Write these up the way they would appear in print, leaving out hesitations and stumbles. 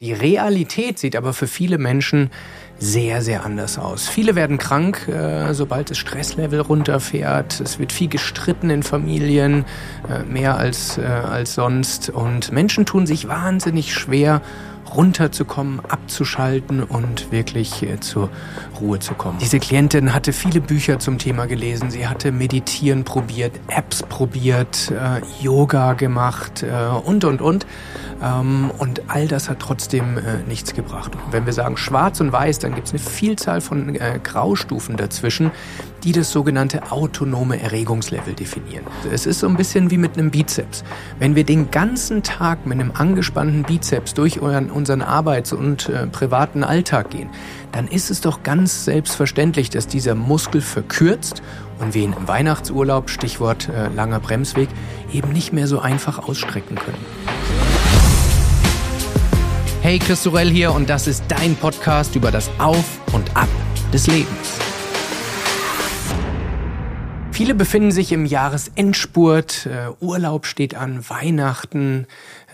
Die Realität sieht aber für viele Menschen sehr, sehr anders aus. Viele werden krank, sobald das Stresslevel runterfährt. Es wird viel gestritten in Familien, mehr als sonst. Und Menschen tun sich wahnsinnig schwer, runterzukommen, abzuschalten und wirklich zur Ruhe zu kommen. Diese Klientin hatte viele Bücher zum Thema gelesen. Sie hatte Meditieren probiert, Apps probiert, Yoga gemacht und. Und all das hat trotzdem nichts gebracht. Und wenn wir sagen schwarz und weiß, dann gibt es eine Vielzahl von Graustufen dazwischen, die das sogenannte autonome Erregungslevel definieren. Es ist so ein bisschen wie mit einem Bizeps. Wenn wir den ganzen Tag mit einem angespannten Bizeps durch unseren Arbeits- und privaten Alltag gehen, dann ist es doch ganz selbstverständlich, dass dieser Muskel verkürzt und wir ihn im Weihnachtsurlaub, Stichwort langer Bremsweg, eben nicht mehr so einfach ausstrecken können. Hey, Chris Sorel hier und das ist dein Podcast über das Auf und Ab des Lebens. Viele befinden sich im Jahresendspurt, Urlaub steht an, Weihnachten,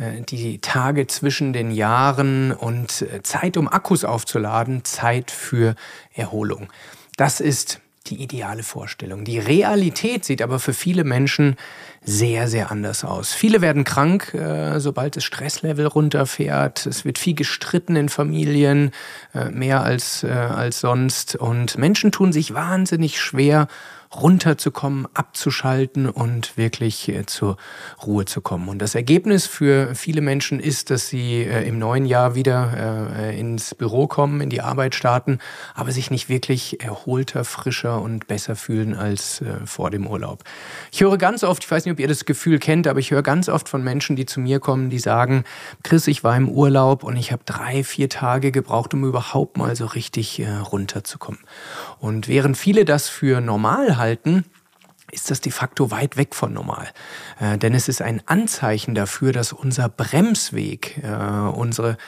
die Tage zwischen den Jahren und Zeit, um Akkus aufzuladen, Zeit für Erholung. Das ist die ideale Vorstellung. Die Realität sieht aber für viele Menschen sehr, sehr anders aus. Viele werden krank, sobald das Stresslevel runterfährt. Es wird viel gestritten in Familien, mehr als sonst. Und Menschen tun sich wahnsinnig schwer, runterzukommen, abzuschalten und wirklich zur Ruhe zu kommen. Und das Ergebnis für viele Menschen ist, dass sie im neuen Jahr wieder ins Büro kommen, in die Arbeit starten, aber sich nicht wirklich erholter, frischer und besser fühlen als vor dem Urlaub. Ich höre ganz oft, ich weiß nicht, ob ihr das Gefühl kennt, aber ich höre ganz oft von Menschen, die zu mir kommen, die sagen, Chris, ich war im Urlaub und ich habe 3-4 Tage gebraucht, um überhaupt mal so richtig runterzukommen. Und während viele das für normal halten, ist das de facto weit weg von normal. Denn es ist ein Anzeichen dafür, dass unser Bremsweg, unsere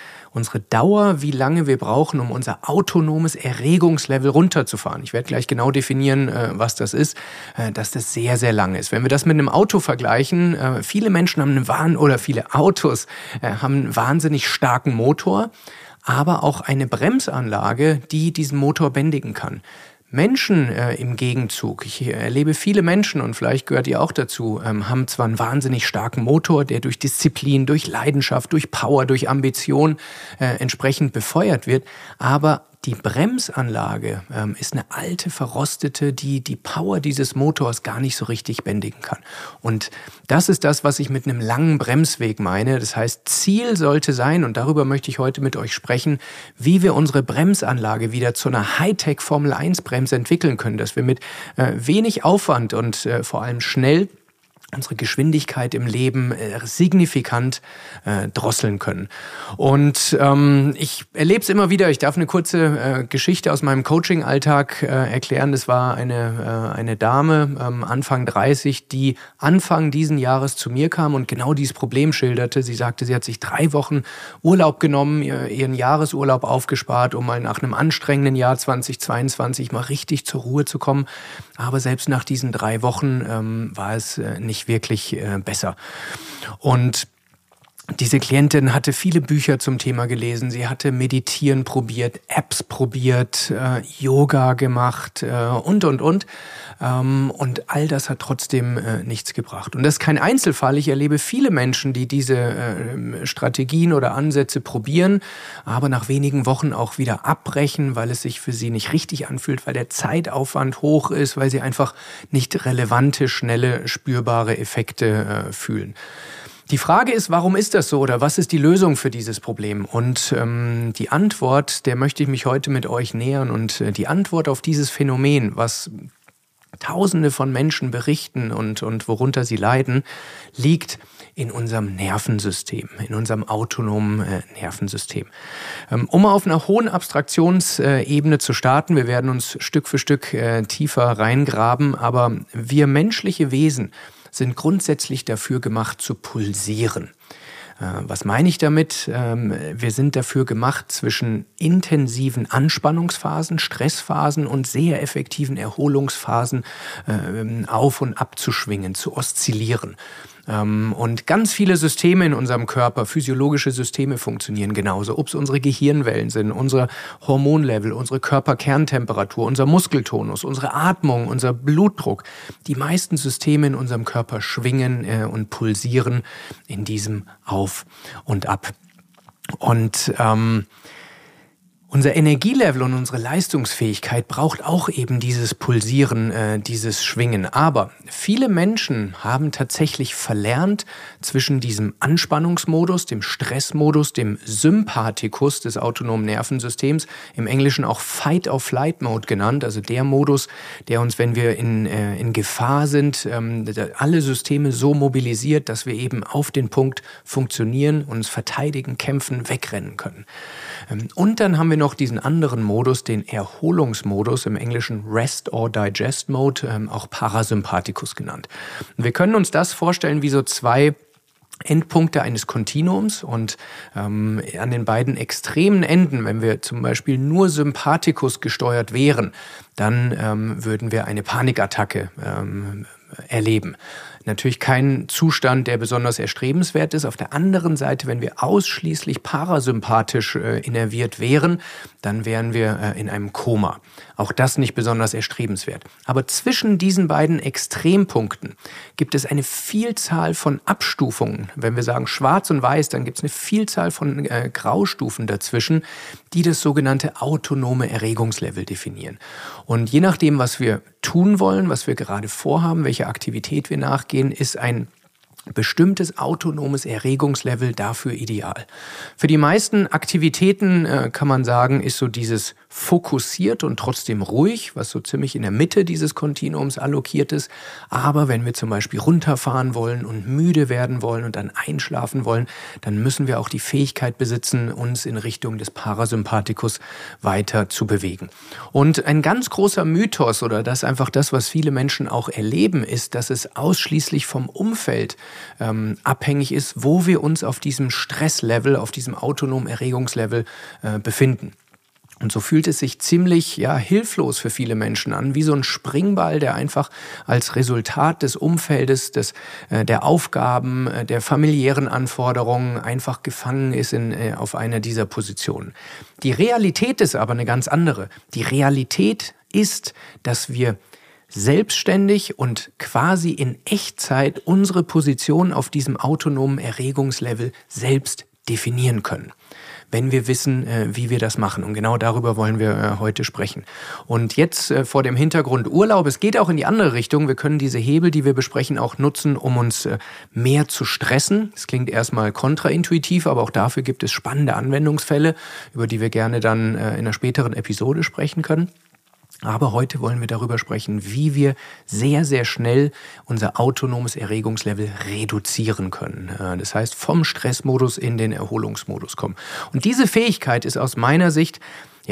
Dauer, wie lange wir brauchen, um unser autonomes Erregungslevel runterzufahren. Ich werde gleich genau definieren, was das ist, dass das sehr, sehr lang ist. Wenn wir das mit einem Auto vergleichen, viele Menschen haben viele Autos haben einen wahnsinnig starken Motor, aber auch eine Bremsanlage, die diesen Motor bändigen kann. Menschen im Gegenzug, ich erlebe viele Menschen und vielleicht gehört ihr auch dazu, haben zwar einen wahnsinnig starken Motor, der durch Disziplin, durch Leidenschaft, durch Power, durch Ambition entsprechend befeuert wird, aber die Bremsanlage ist eine alte, verrostete, die Power dieses Motors gar nicht so richtig bändigen kann. Und das ist das, was ich mit einem langen Bremsweg meine. Das heißt, Ziel sollte sein, und darüber möchte ich heute mit euch sprechen, wie wir unsere Bremsanlage wieder zu einer Hightech Formel-1-Bremse entwickeln können, dass wir mit wenig Aufwand und vor allem schnell unsere Geschwindigkeit im Leben signifikant drosseln können. Und ich erlebe es immer wieder, ich darf eine kurze Geschichte aus meinem Coaching-Alltag erklären. Das war eine Dame, Anfang 30, die Anfang diesen Jahres zu mir kam und genau dieses Problem schilderte. Sie sagte, sie hat sich 3 Wochen Urlaub genommen, ihren Jahresurlaub aufgespart, um mal nach einem anstrengenden Jahr 2022 mal richtig zur Ruhe zu kommen. Aber selbst nach diesen 3 Wochen war es nicht wirklich besser. Und diese Klientin hatte viele Bücher zum Thema gelesen. Sie hatte Meditieren probiert, Apps probiert, Yoga gemacht und. Und all das hat trotzdem nichts gebracht. Und das ist kein Einzelfall. Ich erlebe viele Menschen, die diese Strategien oder Ansätze probieren, aber nach wenigen Wochen auch wieder abbrechen, weil es sich für sie nicht richtig anfühlt, weil der Zeitaufwand hoch ist, weil sie einfach nicht relevante, schnelle, spürbare Effekte fühlen. Die Frage ist, warum ist das so oder was ist die Lösung für dieses Problem? Und die Antwort, der möchte ich mich heute mit euch nähern. Und die Antwort auf dieses Phänomen, was Tausende von Menschen berichten und worunter sie leiden, liegt in unserem Nervensystem, in unserem autonomen Nervensystem. Um auf einer hohen Abstraktionsebene zu starten, wir werden uns Stück für Stück tiefer reingraben, aber wir menschliche Wesen sind grundsätzlich dafür gemacht zu pulsieren. Was meine ich damit? Wir sind dafür gemacht, zwischen intensiven Anspannungsphasen, Stressphasen und sehr effektiven Erholungsphasen auf und ab zu schwingen, zu oszillieren. Und ganz viele Systeme in unserem Körper, physiologische Systeme funktionieren genauso. Ob es unsere Gehirnwellen sind, unser Hormonlevel, unsere Körperkerntemperatur, unser Muskeltonus, unsere Atmung, unser Blutdruck. Die meisten Systeme in unserem Körper schwingen und pulsieren in diesem Auf und Ab. Und unser Energielevel und unsere Leistungsfähigkeit braucht auch eben dieses Pulsieren, dieses Schwingen. Aber viele Menschen haben tatsächlich verlernt, zwischen diesem Anspannungsmodus, dem Stressmodus, dem Sympathikus des autonomen Nervensystems, im Englischen auch Fight-or-Flight-Mode genannt, also der Modus, der uns, wenn wir in Gefahr sind, alle Systeme so mobilisiert, dass wir eben auf den Punkt funktionieren, uns verteidigen, kämpfen, wegrennen können. Und dann haben wir noch diesen anderen Modus, den Erholungsmodus, im Englischen Rest or Digest Mode, auch Parasympathikus genannt. Und wir können uns das vorstellen wie so zwei Endpunkte eines Kontinuums und an den beiden extremen Enden, wenn wir zum Beispiel nur Sympathikus gesteuert wären, dann würden wir eine Panikattacke erleben. Natürlich kein Zustand, der besonders erstrebenswert ist. Auf der anderen Seite, wenn wir ausschließlich parasympathisch innerviert wären, dann wären wir in einem Koma. Auch das nicht besonders erstrebenswert. Aber zwischen diesen beiden Extrempunkten gibt es eine Vielzahl von Abstufungen. Wenn wir sagen schwarz und weiß, dann gibt es eine Vielzahl von Graustufen dazwischen, die das sogenannte autonome Erregungslevel definieren. Und je nachdem, was wir tun wollen, was wir gerade vorhaben, welche Aktivität wir nachgehen, ist ein bestimmtes autonomes Erregungslevel dafür ideal. Für die meisten Aktivitäten kann man sagen, ist so dieses fokussiert und trotzdem ruhig, was so ziemlich in der Mitte dieses Kontinuums allokiert ist. Aber wenn wir zum Beispiel runterfahren wollen und müde werden wollen und dann einschlafen wollen, dann müssen wir auch die Fähigkeit besitzen, uns in Richtung des Parasympathikus weiter zu bewegen. Und ein ganz großer Mythos oder das einfach das, was viele Menschen auch erleben, ist, dass es ausschließlich vom Umfeld abhängig ist, wo wir uns auf diesem Stresslevel, auf diesem autonomen Erregungslevel befinden. Und so fühlt es sich ziemlich hilflos für viele Menschen an, wie so ein Springball, der einfach als Resultat des Umfeldes, der Aufgaben, der familiären Anforderungen einfach gefangen ist auf einer dieser Positionen. Die Realität ist aber eine ganz andere. Die Realität ist, dass wir selbstständig und quasi in Echtzeit unsere Position auf diesem autonomen Erregungslevel selbst definieren können, wenn wir wissen, wie wir das machen. Und genau darüber wollen wir heute sprechen. Und jetzt vor dem Hintergrund Urlaub, es geht auch in die andere Richtung. Wir können diese Hebel, die wir besprechen, auch nutzen, um uns mehr zu stressen. Das klingt erstmal kontraintuitiv, aber auch dafür gibt es spannende Anwendungsfälle, über die wir gerne dann in einer späteren Episode sprechen können. Aber heute wollen wir darüber sprechen, wie wir sehr, sehr schnell unser autonomes Erregungslevel reduzieren können. Das heißt, vom Stressmodus in den Erholungsmodus kommen. Und diese Fähigkeit ist aus meiner Sicht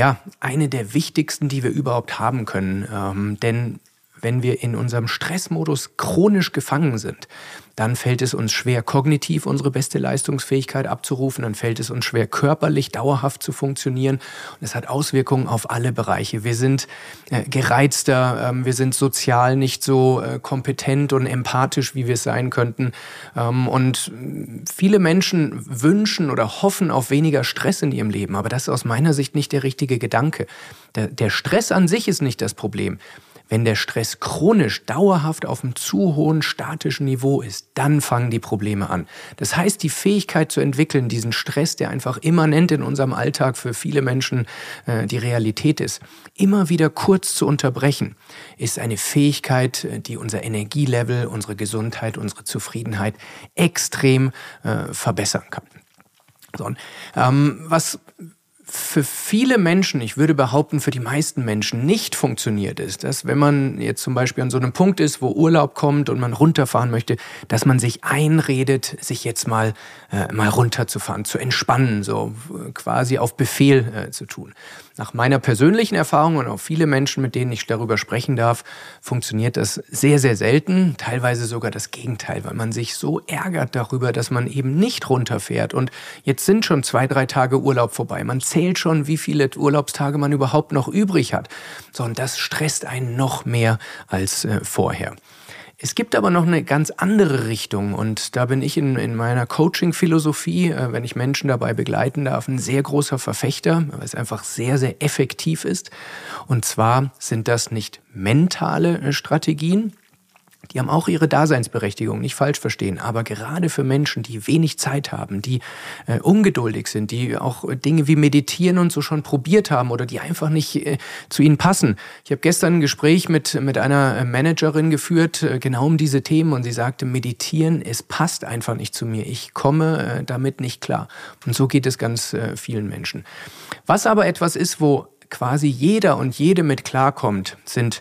eine der wichtigsten, die wir überhaupt haben können. Denn wenn wir in unserem Stressmodus chronisch gefangen sind, dann fällt es uns schwer, kognitiv unsere beste Leistungsfähigkeit abzurufen, dann fällt es uns schwer, körperlich dauerhaft zu funktionieren. Und es hat Auswirkungen auf alle Bereiche. Wir sind gereizter, wir sind sozial nicht so kompetent und empathisch, wie wir es sein könnten. Und viele Menschen wünschen oder hoffen auf weniger Stress in ihrem Leben, aber das ist aus meiner Sicht nicht der richtige Gedanke. Der Stress an sich ist nicht das Problem. Wenn der Stress chronisch, dauerhaft auf einem zu hohen statischen Niveau ist, dann fangen die Probleme an. Das heißt, die Fähigkeit zu entwickeln, diesen Stress, der einfach immanent in unserem Alltag für viele Menschen die Realität ist, immer wieder kurz zu unterbrechen, ist eine Fähigkeit, die unser Energielevel, unsere Gesundheit, unsere Zufriedenheit extrem verbessern kann. So, was für viele Menschen, ich würde behaupten, für die meisten Menschen nicht funktioniert ist, dass wenn man jetzt zum Beispiel an so einem Punkt ist, wo Urlaub kommt und man runterfahren möchte, dass man sich einredet, sich jetzt mal runterzufahren, zu entspannen, so quasi auf Befehl zu tun. Nach meiner persönlichen Erfahrung und auch viele Menschen, mit denen ich darüber sprechen darf, funktioniert das sehr, sehr selten, teilweise sogar das Gegenteil, weil man sich so ärgert darüber, dass man eben nicht runterfährt. Und jetzt sind schon 2-3 Tage Urlaub vorbei. Man zählt schon, wie viele Urlaubstage man überhaupt noch übrig hat. So, und das stresst einen noch mehr als vorher. Es gibt aber noch eine ganz andere Richtung und da bin ich in meiner Coaching-Philosophie, wenn ich Menschen dabei begleiten darf, ein sehr großer Verfechter, weil es einfach sehr, sehr effektiv ist. Und zwar sind das nicht mentale Strategien. Die haben auch ihre Daseinsberechtigung, nicht falsch verstehen, aber gerade für Menschen, die wenig Zeit haben, die ungeduldig sind, die auch Dinge wie Meditieren und so schon probiert haben oder die einfach nicht zu ihnen passen. Ich habe gestern ein Gespräch mit einer Managerin geführt, genau um diese Themen und sie sagte, Meditieren, es passt einfach nicht zu mir, ich komme damit nicht klar. Und so geht es ganz vielen Menschen. Was aber etwas ist, wo quasi jeder und jede mit klarkommt, sind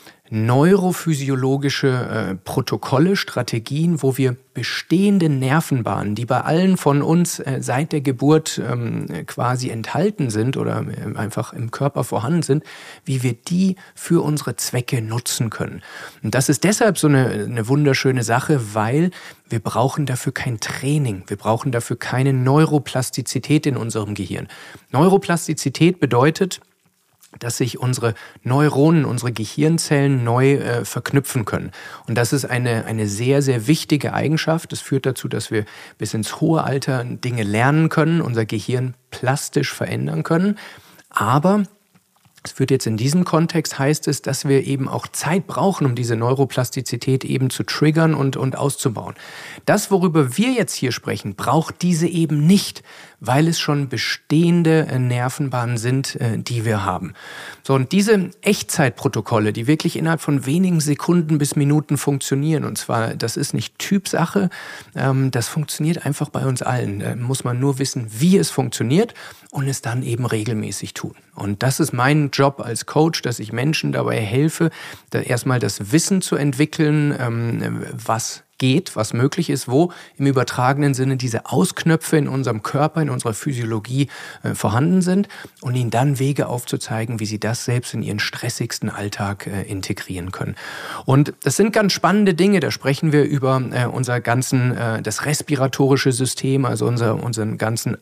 neurophysiologische Protokolle, Strategien, wo wir bestehende Nervenbahnen, die bei allen von uns seit der Geburt quasi enthalten sind oder einfach im Körper vorhanden sind, wie wir die für unsere Zwecke nutzen können. Und das ist deshalb so eine wunderschöne Sache, weil wir brauchen dafür kein Training, wir brauchen dafür keine Neuroplastizität in unserem Gehirn. Neuroplastizität bedeutet, dass sich unsere Neuronen, unsere Gehirnzellen neu verknüpfen können. Und das ist eine sehr, sehr wichtige Eigenschaft. Das führt dazu, dass wir bis ins hohe Alter Dinge lernen können, unser Gehirn plastisch verändern können. Aber es führt jetzt in diesem Kontext, heißt es, dass wir eben auch Zeit brauchen, um diese Neuroplastizität eben zu triggern und auszubauen. Das, worüber wir jetzt hier sprechen, braucht diese eben nicht, weil es schon bestehende Nervenbahnen sind, die wir haben. So, und diese Echtzeitprotokolle, die wirklich innerhalb von wenigen Sekunden bis Minuten funktionieren, und zwar, das ist nicht Typsache, das funktioniert einfach bei uns allen. Da muss man nur wissen, wie es funktioniert und es dann eben regelmäßig tun. Und das ist mein Job als Coach, dass ich Menschen dabei helfe, da erstmal das Wissen zu entwickeln, was geht, was möglich ist, wo im übertragenen Sinne diese Ausknöpfe in unserem Körper, in unserer Physiologie vorhanden sind und ihnen dann Wege aufzuzeigen, wie sie das selbst in ihren stressigsten Alltag integrieren können. Und das sind ganz spannende Dinge, da sprechen wir über unser das respiratorische System, also unseren ganzen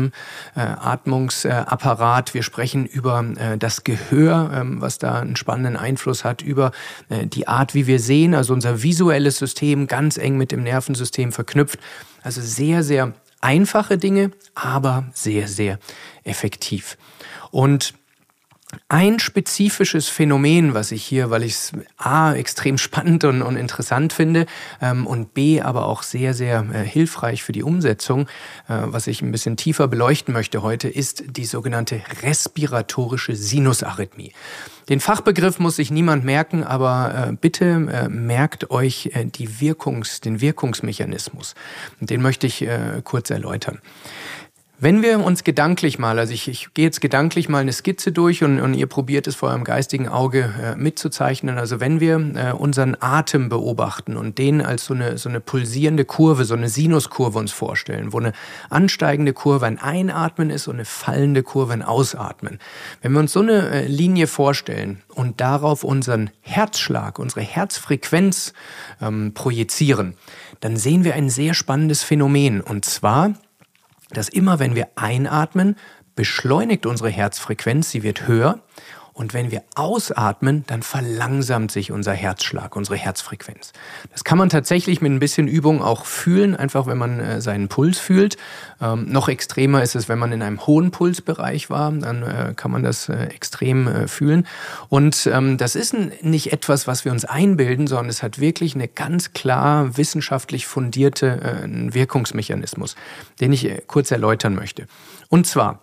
Atmungsapparat. Wir sprechen über das Gehör, was da einen spannenden Einfluss hat, über die Art, wie wir sehen, also unser visuelles System, ganz eng mit dem Nervensystem verknüpft. Also sehr, sehr einfache Dinge, aber sehr, sehr effektiv. Und ein spezifisches Phänomen, was ich hier, weil ich es A, extrem spannend und interessant finde und B, aber auch sehr, sehr hilfreich für die Umsetzung, was ich ein bisschen tiefer beleuchten möchte heute, ist die sogenannte respiratorische Sinusarrhythmie. Den Fachbegriff muss sich niemand merken, aber bitte merkt euch den Wirkungsmechanismus. Und den möchte ich kurz erläutern. Wenn wir uns gedanklich mal, also ich gehe jetzt gedanklich mal eine Skizze durch und ihr probiert es vor eurem geistigen Auge mitzuzeichnen. Also wenn wir unseren Atem beobachten und den als so eine pulsierende Kurve, so eine Sinuskurve uns vorstellen, wo eine ansteigende Kurve ein Einatmen ist und eine fallende Kurve ein Ausatmen. Wenn wir uns so eine Linie vorstellen und darauf unseren Herzschlag, unsere Herzfrequenz projizieren, dann sehen wir ein sehr spannendes Phänomen. Und zwar, dass immer, wenn wir einatmen, beschleunigt unsere Herzfrequenz, sie wird höher. Und wenn wir ausatmen, dann verlangsamt sich unser Herzschlag, unsere Herzfrequenz. Das kann man tatsächlich mit ein bisschen Übung auch fühlen, einfach wenn man seinen Puls fühlt. Noch extremer ist es, wenn man in einem hohen Pulsbereich war, dann kann man das extrem fühlen. Und das ist nicht etwas, was wir uns einbilden, sondern es hat wirklich eine ganz klar wissenschaftlich fundierte Wirkungsmechanismus, den ich kurz erläutern möchte. Und zwar,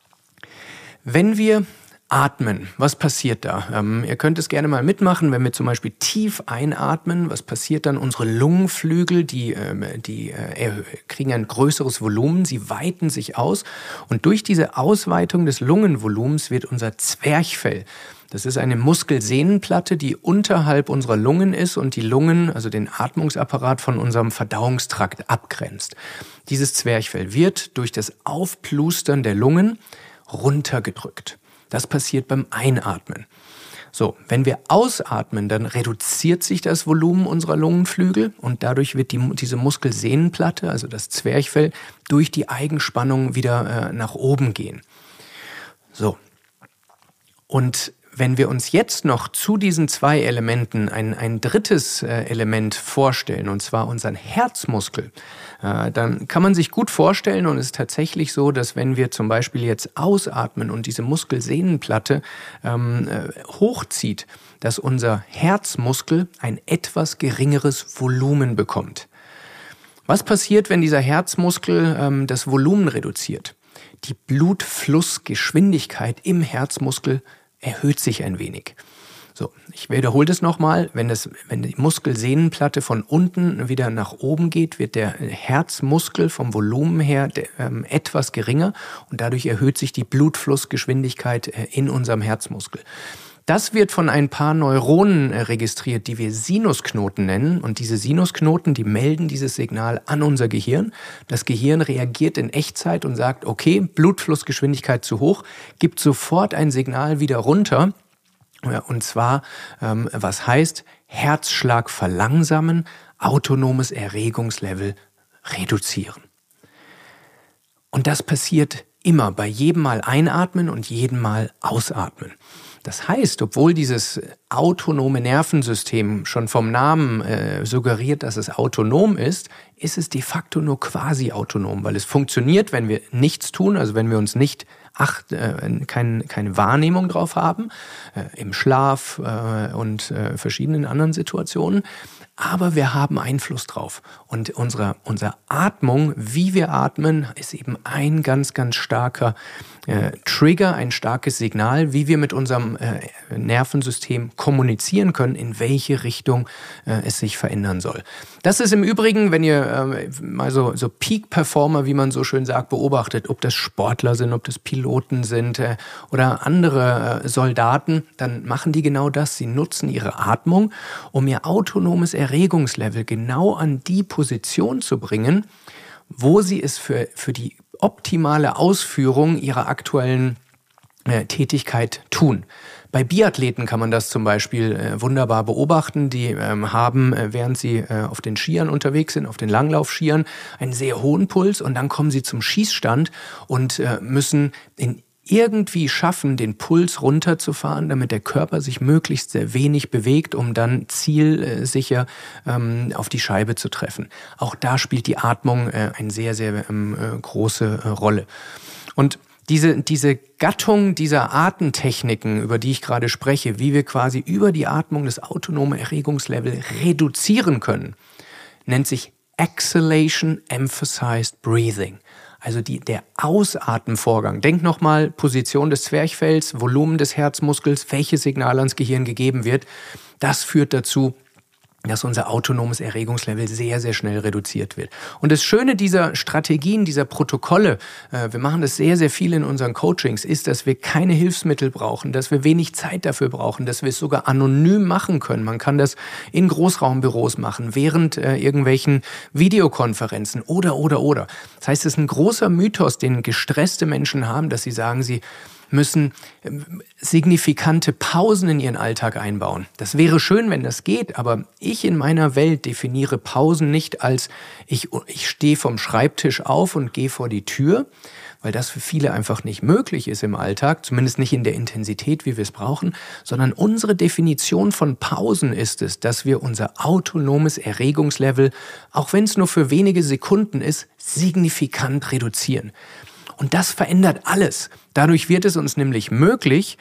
wenn wir atmen. Was passiert da? Ihr könnt es gerne mal mitmachen, wenn wir zum Beispiel tief einatmen. Was passiert dann? Unsere Lungenflügel, die kriegen ein größeres Volumen, sie weiten sich aus und durch diese Ausweitung des Lungenvolumens wird unser Zwerchfell, das ist eine Muskelsehnenplatte, die unterhalb unserer Lungen ist und die Lungen, also den Atmungsapparat von unserem Verdauungstrakt abgrenzt. Dieses Zwerchfell wird durch das Aufplustern der Lungen runtergedrückt. Das passiert beim Einatmen. So, wenn wir ausatmen, dann reduziert sich das Volumen unserer Lungenflügel und dadurch wird diese Muskelsehnenplatte, also das Zwerchfell, durch die Eigenspannung wieder nach oben gehen. So. Und wenn wir uns jetzt noch zu diesen 2 Elementen ein drittes Element vorstellen, und zwar unseren Herzmuskel, dann kann man sich gut vorstellen, und es ist tatsächlich so, dass wenn wir zum Beispiel jetzt ausatmen und diese Muskelsehnenplatte hochzieht, dass unser Herzmuskel ein etwas geringeres Volumen bekommt. Was passiert, wenn dieser Herzmuskel das Volumen reduziert? Die Blutflussgeschwindigkeit im Herzmuskel erhöht sich ein wenig. So, ich wiederhole das nochmal. Wenn die Muskelsehnenplatte von unten wieder nach oben geht, wird der Herzmuskel vom Volumen her etwas geringer und dadurch erhöht sich die Blutflussgeschwindigkeit in unserem Herzmuskel. Das wird von ein paar Neuronen registriert, die wir Sinusknoten nennen. Und diese Sinusknoten, die melden dieses Signal an unser Gehirn. Das Gehirn reagiert in Echtzeit und sagt, okay, Blutflussgeschwindigkeit zu hoch, gibt sofort ein Signal wieder runter. Und zwar, was heißt, Herzschlag verlangsamen, autonomes Erregungslevel reduzieren. Und das passiert immer bei jedem Mal einatmen und jedem Mal ausatmen. Das heißt, obwohl dieses autonome Nervensystem schon vom Namen suggeriert, dass es autonom ist es de facto nur quasi autonom, weil es funktioniert, wenn wir nichts tun, also wenn wir uns nicht keine Wahrnehmung drauf haben, im Schlaf und verschiedenen anderen Situationen. Aber wir haben Einfluss drauf. Und unsere Atmung, wie wir atmen, ist eben ein ganz, ganz starker Trigger, ein starkes Signal, wie wir mit unserem Nervensystem kommunizieren können, in welche Richtung es sich verändern soll. Das ist im Übrigen, wenn ihr mal so Peak-Performer, wie man so schön sagt, beobachtet, ob das Sportler sind, ob das Piloten sind oder andere Soldaten, dann machen die genau das. Sie nutzen ihre Atmung, um ihr autonomes Erregungslevel genau an die Position zu bringen, wo sie es für die optimale Ausführung ihrer aktuellen Tätigkeit tun. Bei Biathleten kann man das zum Beispiel wunderbar beobachten. Die haben, während sie auf den Skiern unterwegs sind, auf den Langlaufskiern, einen sehr hohen Puls und dann kommen sie zum Schießstand und müssen irgendwie schaffen, den Puls runterzufahren, damit der Körper sich möglichst sehr wenig bewegt, um dann zielsicher auf die Scheibe zu treffen. Auch da spielt die Atmung eine sehr, sehr große Rolle. Und diese Gattung dieser Atemtechniken, über die ich gerade spreche, wie wir quasi über die Atmung das autonome Erregungslevel reduzieren können, nennt sich Exhalation Emphasized Breathing. Also der Ausatmenvorgang. Denk nochmal, Position des Zwerchfells, Volumen des Herzmuskels, welches Signal ans Gehirn gegeben wird. Das führt dazu, dass unser autonomes Erregungslevel sehr, sehr schnell reduziert wird. Und das Schöne dieser Strategien, dieser Protokolle, wir machen das sehr, sehr viel in unseren Coachings, ist, dass wir keine Hilfsmittel brauchen, dass wir wenig Zeit dafür brauchen, dass wir es sogar anonym machen können. Man kann das in Großraumbüros machen, während irgendwelchen Videokonferenzen oder. Das heißt, es ist ein großer Mythos, den gestresste Menschen haben, dass sie sagen, sie müssen signifikante Pausen in ihren Alltag einbauen. Das wäre schön, wenn das geht, aber ich in meiner Welt definiere Pausen nicht als ich stehe vom Schreibtisch auf und gehe vor die Tür, weil das für viele einfach nicht möglich ist im Alltag, zumindest nicht in der Intensität, wie wir es brauchen, sondern unsere Definition von Pausen ist es, dass wir unser autonomes Erregungslevel, auch wenn es nur für wenige Sekunden ist, signifikant reduzieren. Und das verändert alles. Dadurch wird es uns nämlich möglich,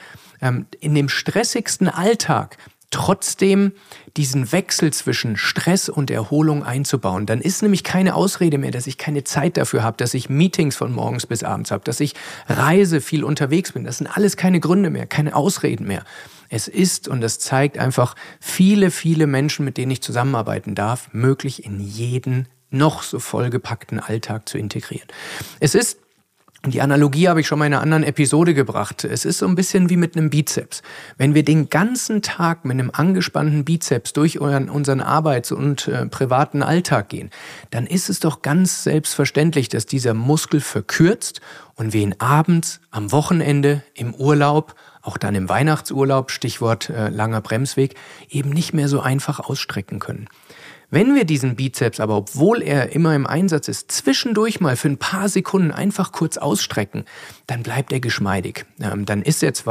in dem stressigsten Alltag trotzdem diesen Wechsel zwischen Stress und Erholung einzubauen. Dann ist nämlich keine Ausrede mehr, dass ich keine Zeit dafür habe, dass ich Meetings von morgens bis abends habe, dass ich reise, viel unterwegs bin. Das sind alles keine Gründe mehr, keine Ausreden mehr. Es ist, und das zeigt einfach viele, viele Menschen, mit denen ich zusammenarbeiten darf, möglich, in jeden noch so vollgepackten Alltag zu integrieren. Es ist, die Analogie habe ich schon mal in einer anderen Episode gebracht. Es ist so ein bisschen wie mit einem Bizeps. Wenn wir den ganzen Tag mit einem angespannten Bizeps durch unseren Arbeits- und privaten Alltag gehen, dann ist es doch ganz selbstverständlich, dass dieser Muskel verkürzt und wir ihn abends, am Wochenende, im Urlaub, auch dann im Weihnachtsurlaub, Stichwort langer Bremsweg, eben nicht mehr so einfach ausstrecken können. Wenn wir diesen Bizeps aber, obwohl er immer im Einsatz ist, zwischendurch mal für ein paar Sekunden einfach kurz ausstrecken, dann bleibt er geschmeidig. Dann ist er zwar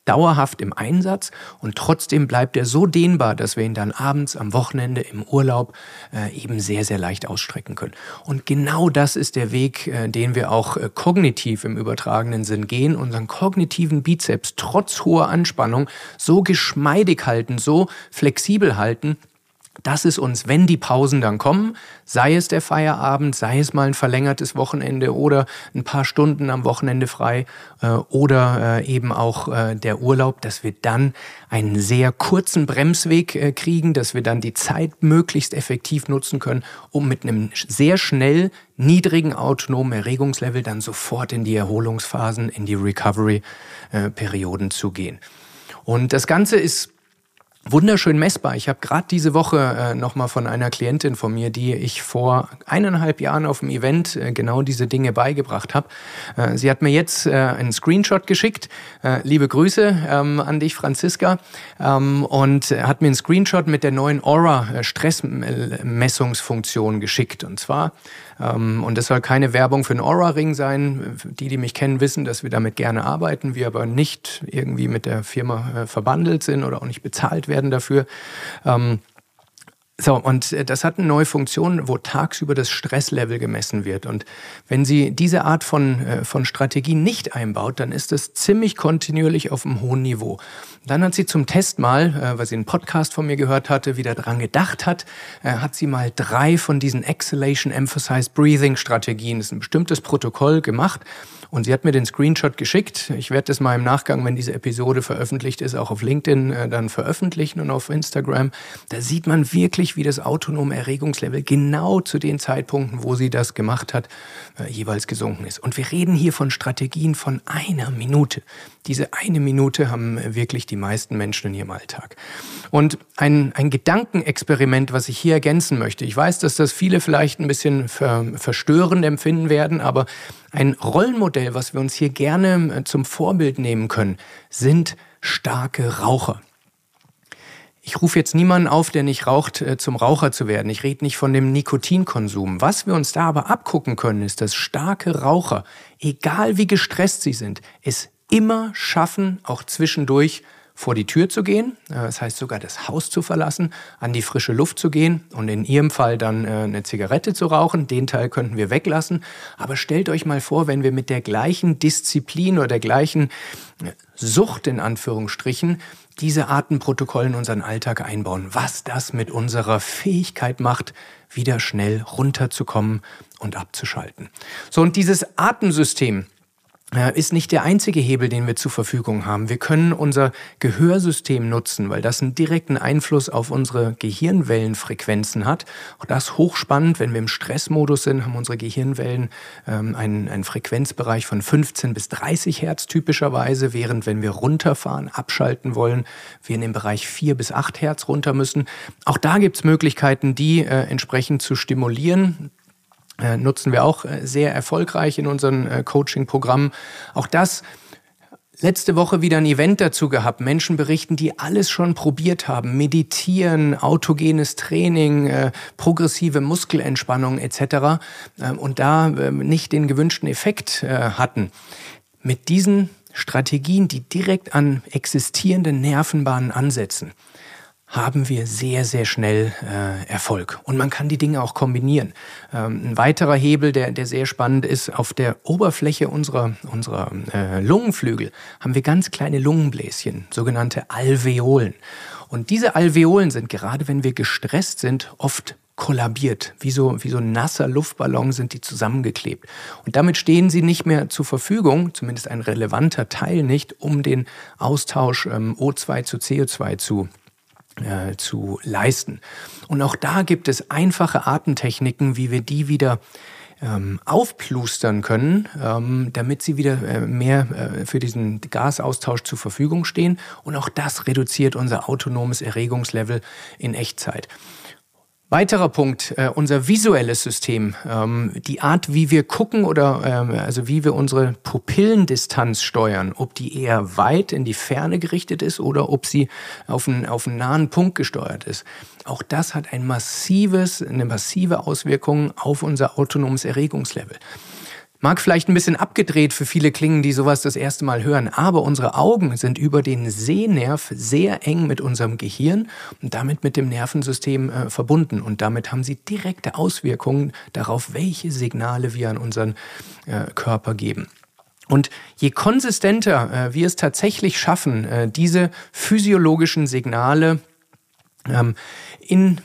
dauerhaft im Einsatz und trotzdem bleibt er so dehnbar, dass wir ihn dann abends, am Wochenende, im Urlaub eben sehr, sehr leicht ausstrecken können. Und genau das ist der Weg, den wir auch kognitiv im übertragenen Sinn gehen, unseren kognitiven Bizeps trotz hoher Anspannung so geschmeidig halten, so flexibel halten, dass es uns, wenn die Pausen dann kommen, sei es der Feierabend, sei es mal ein verlängertes Wochenende oder ein paar Stunden am Wochenende frei oder eben auch der Urlaub, dass wir dann einen sehr kurzen Bremsweg kriegen, dass wir dann die Zeit möglichst effektiv nutzen können, um mit einem sehr schnell niedrigen autonomen Erregungslevel dann sofort in die Erholungsphasen, in die Recovery-Perioden zu gehen. Und das Ganze ist wunderschön messbar. Ich habe gerade diese Woche nochmal von einer Klientin von mir, die ich vor 1,5 Jahren auf dem Event genau diese Dinge beigebracht habe. Sie hat mir jetzt einen Screenshot geschickt. Liebe Grüße an dich, Franziska. Und hat mir einen Screenshot mit der neuen Aura-Stressmessungsfunktion geschickt. Und zwar, und das soll keine Werbung für einen Aura-Ring sein. Die mich kennen, wissen, dass wir damit gerne arbeiten. Wir aber nicht irgendwie mit der Firma verbandelt sind oder auch nicht bezahlt werden dafür. Und das hat eine neue Funktion, wo tagsüber das Stresslevel gemessen wird. Und wenn sie diese Art von Strategie nicht einbaut, dann ist das ziemlich kontinuierlich auf einem hohen Niveau. Dann hat sie zum Test mal, weil sie einen Podcast von mir gehört hatte, wieder dran gedacht hat sie mal 3 von diesen Exhalation Emphasized Breathing Strategien, das ist ein bestimmtes Protokoll, gemacht. Und sie hat mir den Screenshot geschickt. Ich werde das mal im Nachgang, wenn diese Episode veröffentlicht ist, auch auf LinkedIn dann veröffentlichen und auf Instagram. Da sieht man wirklich, wie das autonome Erregungslevel genau zu den Zeitpunkten, wo sie das gemacht hat, jeweils gesunken ist. Und wir reden hier von Strategien von 1 Minute. Diese 1 Minute haben wirklich die meisten Menschen in ihrem Alltag. Und ein Gedankenexperiment, was ich hier ergänzen möchte. Ich weiß, dass das viele vielleicht ein bisschen verstörend empfinden werden, aber ein Rollenmodell, was wir uns hier gerne zum Vorbild nehmen können, sind starke Raucher. Ich rufe jetzt niemanden auf, der nicht raucht, zum Raucher zu werden. Ich rede nicht von dem Nikotinkonsum. Was wir uns da aber abgucken können, ist, dass starke Raucher, egal wie gestresst sie sind, es immer schaffen, auch zwischendurch vor die Tür zu gehen, das heißt sogar das Haus zu verlassen, an die frische Luft zu gehen und in ihrem Fall dann eine Zigarette zu rauchen. Den Teil könnten wir weglassen. Aber stellt euch mal vor, wenn wir mit der gleichen Disziplin oder der gleichen Sucht in Anführungsstrichen diese Atemprotokolle in unseren Alltag einbauen, was das mit unserer Fähigkeit macht, wieder schnell runterzukommen und abzuschalten. So, und dieses Atemsystem ist nicht der einzige Hebel, den wir zur Verfügung haben. Wir können unser Gehörsystem nutzen, weil das einen direkten Einfluss auf unsere Gehirnwellenfrequenzen hat. Auch das hochspannend, wenn wir im Stressmodus sind, haben unsere Gehirnwellen einen Frequenzbereich von 15 bis 30 Hertz typischerweise, während wenn wir runterfahren, abschalten wollen, wir in den Bereich 4 bis 8 Hertz runter müssen. Auch da gibt es Möglichkeiten, die entsprechend zu stimulieren. Nutzen wir auch sehr erfolgreich in unseren Coaching-Programmen. Auch das, letzte Woche wieder ein Event dazu gehabt. Menschen berichten, die alles schon probiert haben. Meditieren, autogenes Training, progressive Muskelentspannung etc. Und da nicht den gewünschten Effekt hatten. Mit diesen Strategien, die direkt an existierende Nervenbahnen ansetzen, haben wir sehr, sehr schnell Erfolg. Und man kann die Dinge auch kombinieren. Ein weiterer Hebel, der sehr spannend ist, auf der Oberfläche unserer Lungenflügel haben wir ganz kleine Lungenbläschen, sogenannte Alveolen. Und diese Alveolen sind, gerade wenn wir gestresst sind, oft kollabiert. Wie so ein nasser Luftballon sind die zusammengeklebt. Und damit stehen sie nicht mehr zur Verfügung, zumindest ein relevanter Teil nicht, um den Austausch O2 zu CO2 zu leisten. Und auch da gibt es einfache Atemtechniken, wie wir die wieder aufplustern können, damit sie wieder mehr für diesen Gasaustausch zur Verfügung stehen. Und auch das reduziert unser autonomes Erregungslevel in Echtzeit. Weiterer Punkt, unser visuelles System, die Art, wie wir gucken oder also wie wir unsere Pupillendistanz steuern, ob die eher weit in die Ferne gerichtet ist oder ob sie auf einen nahen Punkt gesteuert ist. Auch das hat eine massive Auswirkung auf unser autonomes Erregungslevel. Mag vielleicht ein bisschen abgedreht für viele klingen, die sowas das erste Mal hören, aber unsere Augen sind über den Sehnerv sehr eng mit unserem Gehirn und damit mit dem Nervensystem verbunden. Und damit haben sie direkte Auswirkungen darauf, welche Signale wir an unseren Körper geben. Und je konsistenter wir es tatsächlich schaffen, diese physiologischen Signale in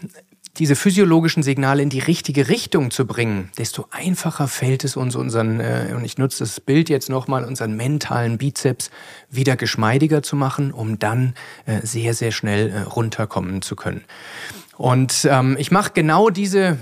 die richtige Richtung zu bringen, desto einfacher fällt es uns, und ich nutze das Bild jetzt nochmal, unseren mentalen Bizeps wieder geschmeidiger zu machen, um dann sehr, sehr schnell runterkommen zu können. Und ich mache genau diese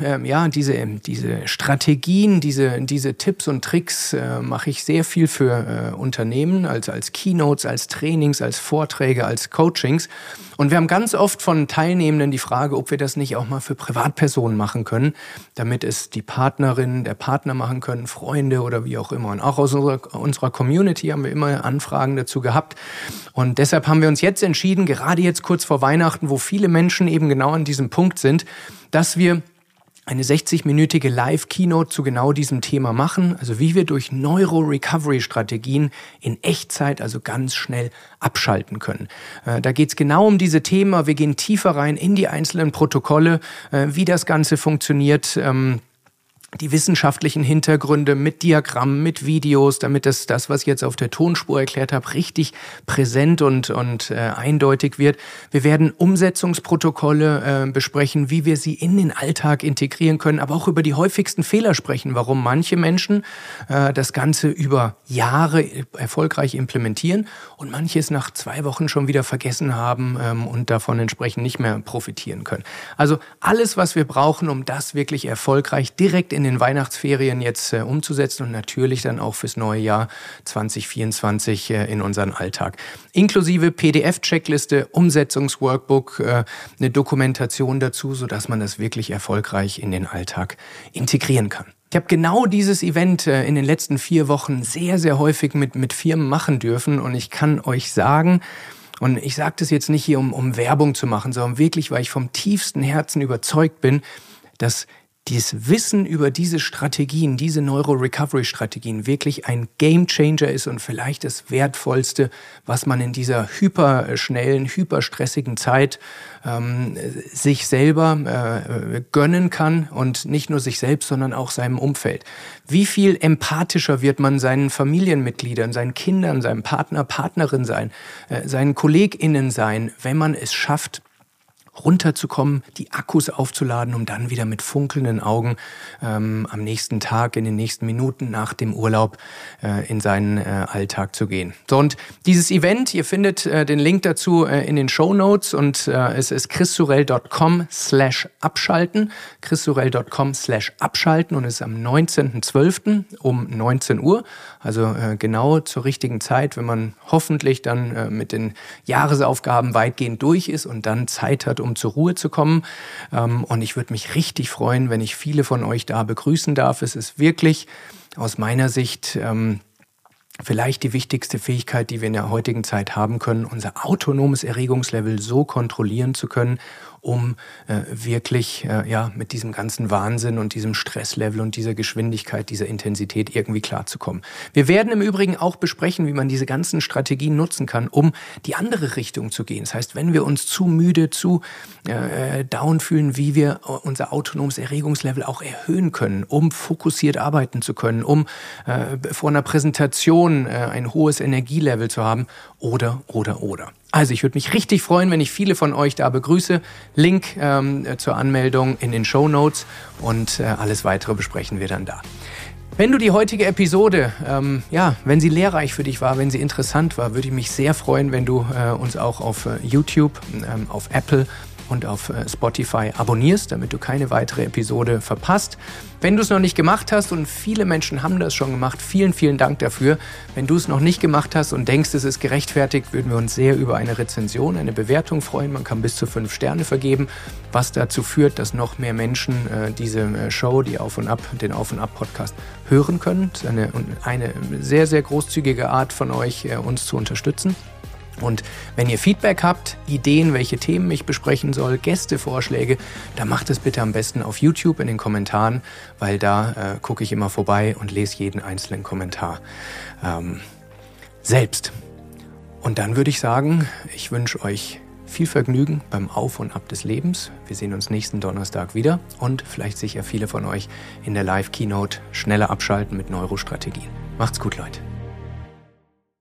Strategien, diese Tipps und Tricks mache ich sehr viel für Unternehmen, als Keynotes, als Trainings, als Vorträge, als Coachings. Und wir haben ganz oft von Teilnehmenden die Frage, ob wir das nicht auch mal für Privatpersonen machen können, damit es die Partnerin, der Partner machen können, Freunde oder wie auch immer. Und auch aus unserer Community haben wir immer Anfragen dazu gehabt. Und deshalb haben wir uns jetzt entschieden, gerade jetzt kurz vor Weihnachten, wo viele Menschen eben genau an diesem Punkt sind, dass wir eine 60-minütige Live-Keynote zu genau diesem Thema machen, also wie wir durch Neuro-Recovery-Strategien in Echtzeit, also ganz schnell abschalten können. Da geht es genau um diese Themen, wir gehen tiefer rein in die einzelnen Protokolle, wie das Ganze funktioniert, die wissenschaftlichen Hintergründe mit Diagrammen, mit Videos, damit das, was ich jetzt auf der Tonspur erklärt habe, richtig präsent und eindeutig wird. Wir werden Umsetzungsprotokolle besprechen, wie wir sie in den Alltag integrieren können, aber auch über die häufigsten Fehler sprechen, warum manche Menschen das Ganze über Jahre erfolgreich implementieren und manche es nach 2 Wochen schon wieder vergessen haben und davon entsprechend nicht mehr profitieren können. Also alles, was wir brauchen, um das wirklich erfolgreich direkt in den Weihnachtsferien jetzt umzusetzen und natürlich dann auch fürs neue Jahr 2024 in unseren Alltag. Inklusive PDF-Checkliste, Umsetzungsworkbook, eine Dokumentation dazu, sodass man das wirklich erfolgreich in den Alltag integrieren kann. Ich habe genau dieses Event in den letzten 4 Wochen sehr, sehr häufig mit Firmen machen dürfen und ich kann euch sagen, und ich sage das jetzt nicht hier, um Werbung zu machen, sondern wirklich, weil ich vom tiefsten Herzen überzeugt bin, dass dieses Wissen über diese Strategien, diese Neuro-Recovery-Strategien wirklich ein Game-Changer ist und vielleicht das Wertvollste, was man in dieser hyperschnellen, hyperstressigen Zeit sich selber gönnen kann und nicht nur sich selbst, sondern auch seinem Umfeld. Wie viel empathischer wird man seinen Familienmitgliedern, seinen Kindern, seinem Partner, Partnerin sein, seinen KollegInnen sein, wenn man es schafft, runterzukommen, die Akkus aufzuladen, um dann wieder mit funkelnden Augen am nächsten Tag, in den nächsten Minuten nach dem Urlaub in seinen Alltag zu gehen. So, und dieses Event, ihr findet den Link dazu in den Shownotes und es ist chrissorell.com/abschalten, chrissorell.com/abschalten und es ist am 19.12. um 19 Uhr, also genau zur richtigen Zeit, wenn man hoffentlich dann mit den Jahresaufgaben weitgehend durch ist und dann Zeit hat, um zur Ruhe zu kommen. Und ich würde mich richtig freuen, wenn ich viele von euch da begrüßen darf. Es ist wirklich aus meiner Sicht vielleicht die wichtigste Fähigkeit, die wir in der heutigen Zeit haben können, unser autonomes Erregungslevel so kontrollieren zu können, um wirklich mit diesem ganzen Wahnsinn und diesem Stresslevel und dieser Geschwindigkeit, dieser Intensität irgendwie klarzukommen. Wir werden im Übrigen auch besprechen, wie man diese ganzen Strategien nutzen kann, um die andere Richtung zu gehen. Das heißt, wenn wir uns zu müde, zu down fühlen, wie wir unser autonomes Erregungslevel auch erhöhen können, um fokussiert arbeiten zu können, um vor einer Präsentation ein hohes Energielevel zu haben oder. Also ich würde mich richtig freuen, wenn ich viele von euch da begrüße. Link zur Anmeldung in den Shownotes und alles Weitere besprechen wir dann da. Wenn du die heutige Episode, wenn sie lehrreich für dich war, wenn sie interessant war, würde ich mich sehr freuen, wenn du uns auch auf YouTube, auf Apple und auf Spotify abonnierst, damit du keine weitere Episode verpasst. Wenn du es noch nicht gemacht hast, und viele Menschen haben das schon gemacht, vielen, vielen Dank dafür. Wenn du es noch nicht gemacht hast und denkst, es ist gerechtfertigt, würden wir uns sehr über eine Rezension, eine Bewertung freuen. Man kann bis zu 5 Sterne vergeben, was dazu führt, dass noch mehr Menschen diese Show, den Auf und Ab Podcast hören können. Das ist eine sehr, sehr großzügige Art von euch, uns zu unterstützen. Und wenn ihr Feedback habt, Ideen, welche Themen ich besprechen soll, Gästevorschläge, dann macht es bitte am besten auf YouTube in den Kommentaren, weil da gucke ich immer vorbei und lese jeden einzelnen Kommentar selbst. Und dann würde ich sagen, ich wünsche euch viel Vergnügen beim Auf und Ab des Lebens. Wir sehen uns nächsten Donnerstag wieder und vielleicht sicher viele von euch in der Live-Keynote schneller abschalten mit Neurostrategien. Macht's gut, Leute.